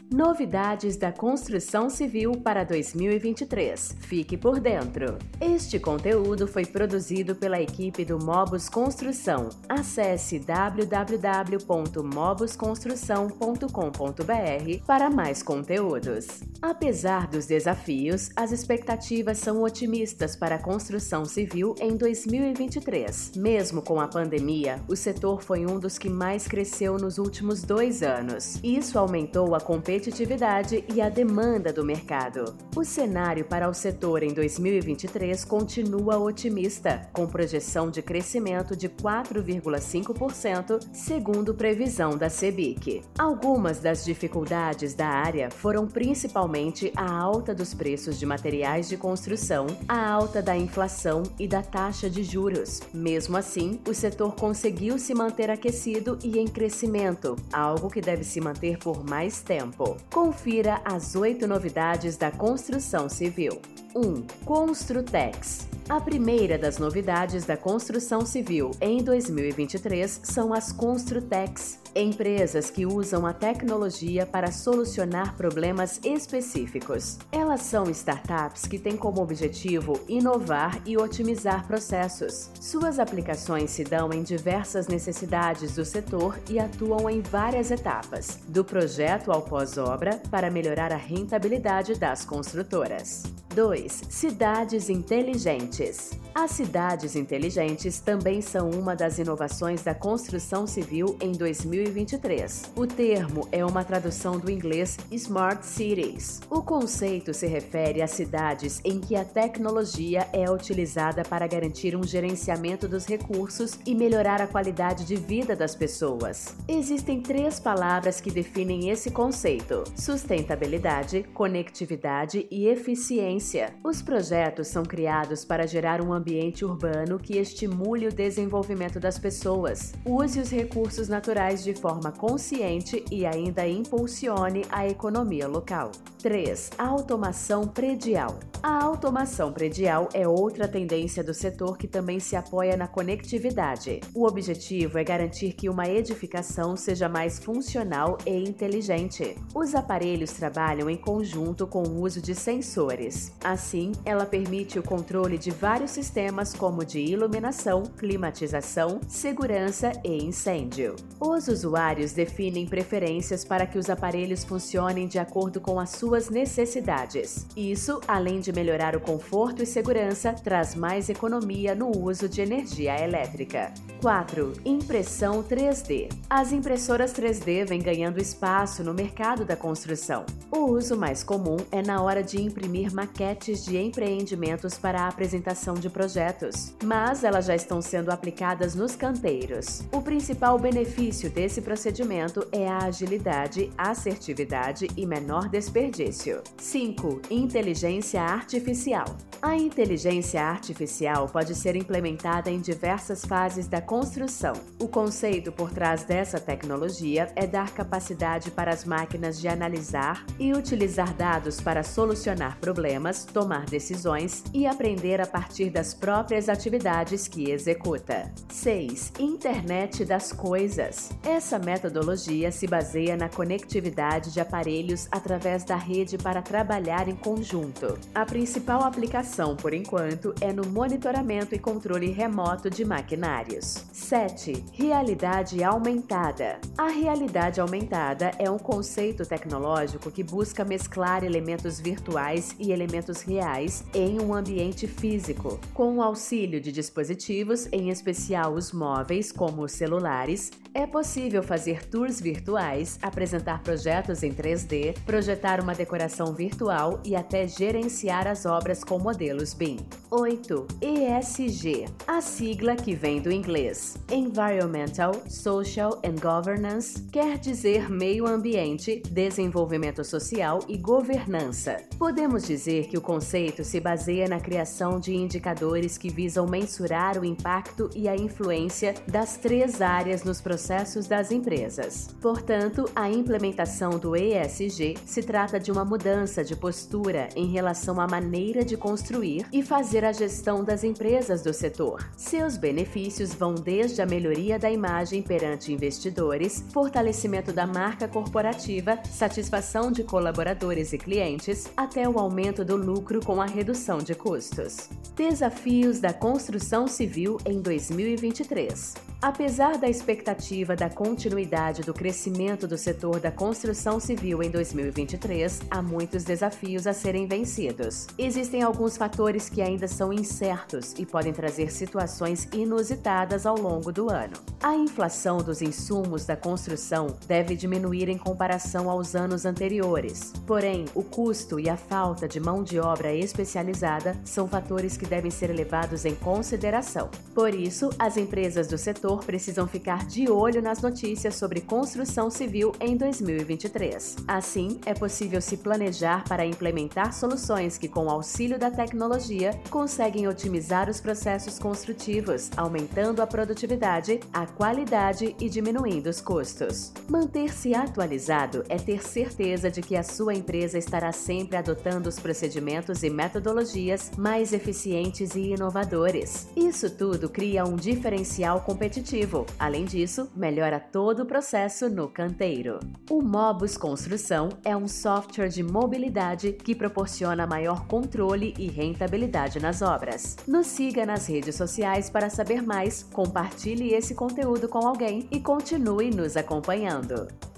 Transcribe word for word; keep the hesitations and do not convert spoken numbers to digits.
Novidades da construção civil para dois mil e vinte e três. Fique por dentro. Este conteúdo foi produzido pela equipe do Mobus Construção. Acesse w w w ponto mobus construção ponto com ponto b r para mais conteúdos. Apesar dos desafios, as expectativas são otimistas para a construção civil em dois mil e vinte e três. Mesmo com a pandemia, o setor foi um dos que mais cresceu nos últimos dois anos. Isso aumentou a competitividade competitividade e a demanda do mercado. O cenário para o setor em dois mil e vinte e três continua otimista, com projeção de crescimento de quatro vírgula cinco por cento, segundo previsão da Sebic. Algumas das dificuldades da área foram principalmente a alta dos preços de materiais de construção, a alta da inflação e da taxa de juros. Mesmo assim, o setor conseguiu se manter aquecido e em crescimento, algo que deve se manter por mais tempo. Confira as oito novidades da construção civil. um. Construtex. A primeira das novidades da construção civil em dois mil e vinte e três são as Construtex, empresas que usam a tecnologia para solucionar problemas específicos. Elas são startups que têm como objetivo inovar e otimizar processos. Suas aplicações se dão em diversas necessidades do setor e atuam em várias etapas, do projeto ao pós-obra, para melhorar a rentabilidade das construtoras. dois. Cidades inteligentes. As cidades inteligentes também são uma das inovações da construção civil em dois mil e vinte e três. O termo é uma tradução do inglês Smart Cities. O conceito se refere a cidades em que a tecnologia é utilizada para garantir um gerenciamento dos recursos e melhorar a qualidade de vida das pessoas. Existem três palavras que definem esse conceito: sustentabilidade, conectividade e eficiência. Os projetos são criados para gerar um ambiente urbano que estimule o desenvolvimento das pessoas, use os recursos naturais de forma consciente e ainda impulsione a economia local. três. Automação predial. A automação predial é outra tendência do setor que também se apoia na conectividade. O objetivo é garantir que uma edificação seja mais funcional e inteligente. Os aparelhos trabalham em conjunto com o uso de sensores. Assim, ela permite o controle de vários sistemas como de iluminação, climatização, segurança e incêndio. Os usuários definem preferências para que os aparelhos funcionem de acordo com as suas necessidades. Isso, além de melhorar o conforto e segurança, traz mais economia no uso de energia elétrica. quatro. Impressão três D. As impressoras três D vêm ganhando espaço no mercado da construção. O uso mais comum é na hora de imprimir maquetes de empreendimentos para a apresentação de projetos, mas elas já estão sendo aplicadas nos canteiros. O principal benefício desse procedimento é a agilidade, assertividade e menor desperdício. cinco. Inteligência artificial. A inteligência artificial pode ser implementada em diversas fases da construção. O conceito por trás dessa tecnologia é dar capacidade para as máquinas de analisar e utilizar dados para solucionar problemas, tomar decisões e aprender a partir das próprias atividades que executa. seis. Internet das coisas. Essa metodologia se baseia na conectividade de aparelhos através da rede para trabalhar em conjunto. A principal aplicação, por enquanto, é no monitoramento e controle remoto de maquinários. sete. Realidade aumentada. A realidade aumentada é um conceito tecnológico que busca mesclar elementos virtuais e elementos reais em um ambiente físico. Com o auxílio de dispositivos, em especial os móveis, como os celulares, é possível fazer tours virtuais, apresentar projetos em três D, projetar uma decoração virtual e até gerenciar as obras com modelos B I M. oito. E S G. A sigla, que vem do inglês Environmental, Social and Governance, quer dizer meio ambiente, desenvolvimento social e governança. Podemos dizer que o conceito se baseia na criação de indicadores que visam mensurar o impacto e a influência das três áreas nos processos das empresas. Portanto, a implementação do E S G se trata de uma mudança de postura em relação à maneira de construir e fazer reduzir a gestão das empresas do setor. Seus benefícios vão desde a melhoria da imagem perante investidores, fortalecimento da marca corporativa, satisfação de colaboradores e clientes, até o aumento do lucro com a redução de custos. Desafios da construção civil em dois mil e vinte e três. Apesar da expectativa da continuidade do crescimento do setor da construção civil em dois mil e vinte e três, há muitos desafios a serem vencidos. Existem alguns fatores que ainda são incertos e podem trazer situações inusitadas ao longo do ano. A inflação dos insumos da construção deve diminuir em comparação aos anos anteriores. Porém, o custo e a falta de mão de obra especializada são fatores que devem ser levados em consideração. Por isso, as empresas do setor precisam ficar de olho nas notícias sobre construção civil em dois mil e vinte e três. Assim, é possível se planejar para implementar soluções que, com o auxílio da tecnologia, conseguem otimizar os processos construtivos, aumentando a produtividade, a qualidade e diminuindo os custos. Manter-se atualizado é ter certeza de que a sua empresa estará sempre adotando os procedimentos e metodologias mais eficientes e inovadores. Isso tudo cria um diferencial competitivo. Além disso, melhora todo o processo no canteiro. O Mobus Construção é um software de mobilidade que proporciona maior controle e rentabilidade nas obras. Nos siga nas redes sociais para saber mais, compartilhe esse conteúdo com alguém e continue nos acompanhando.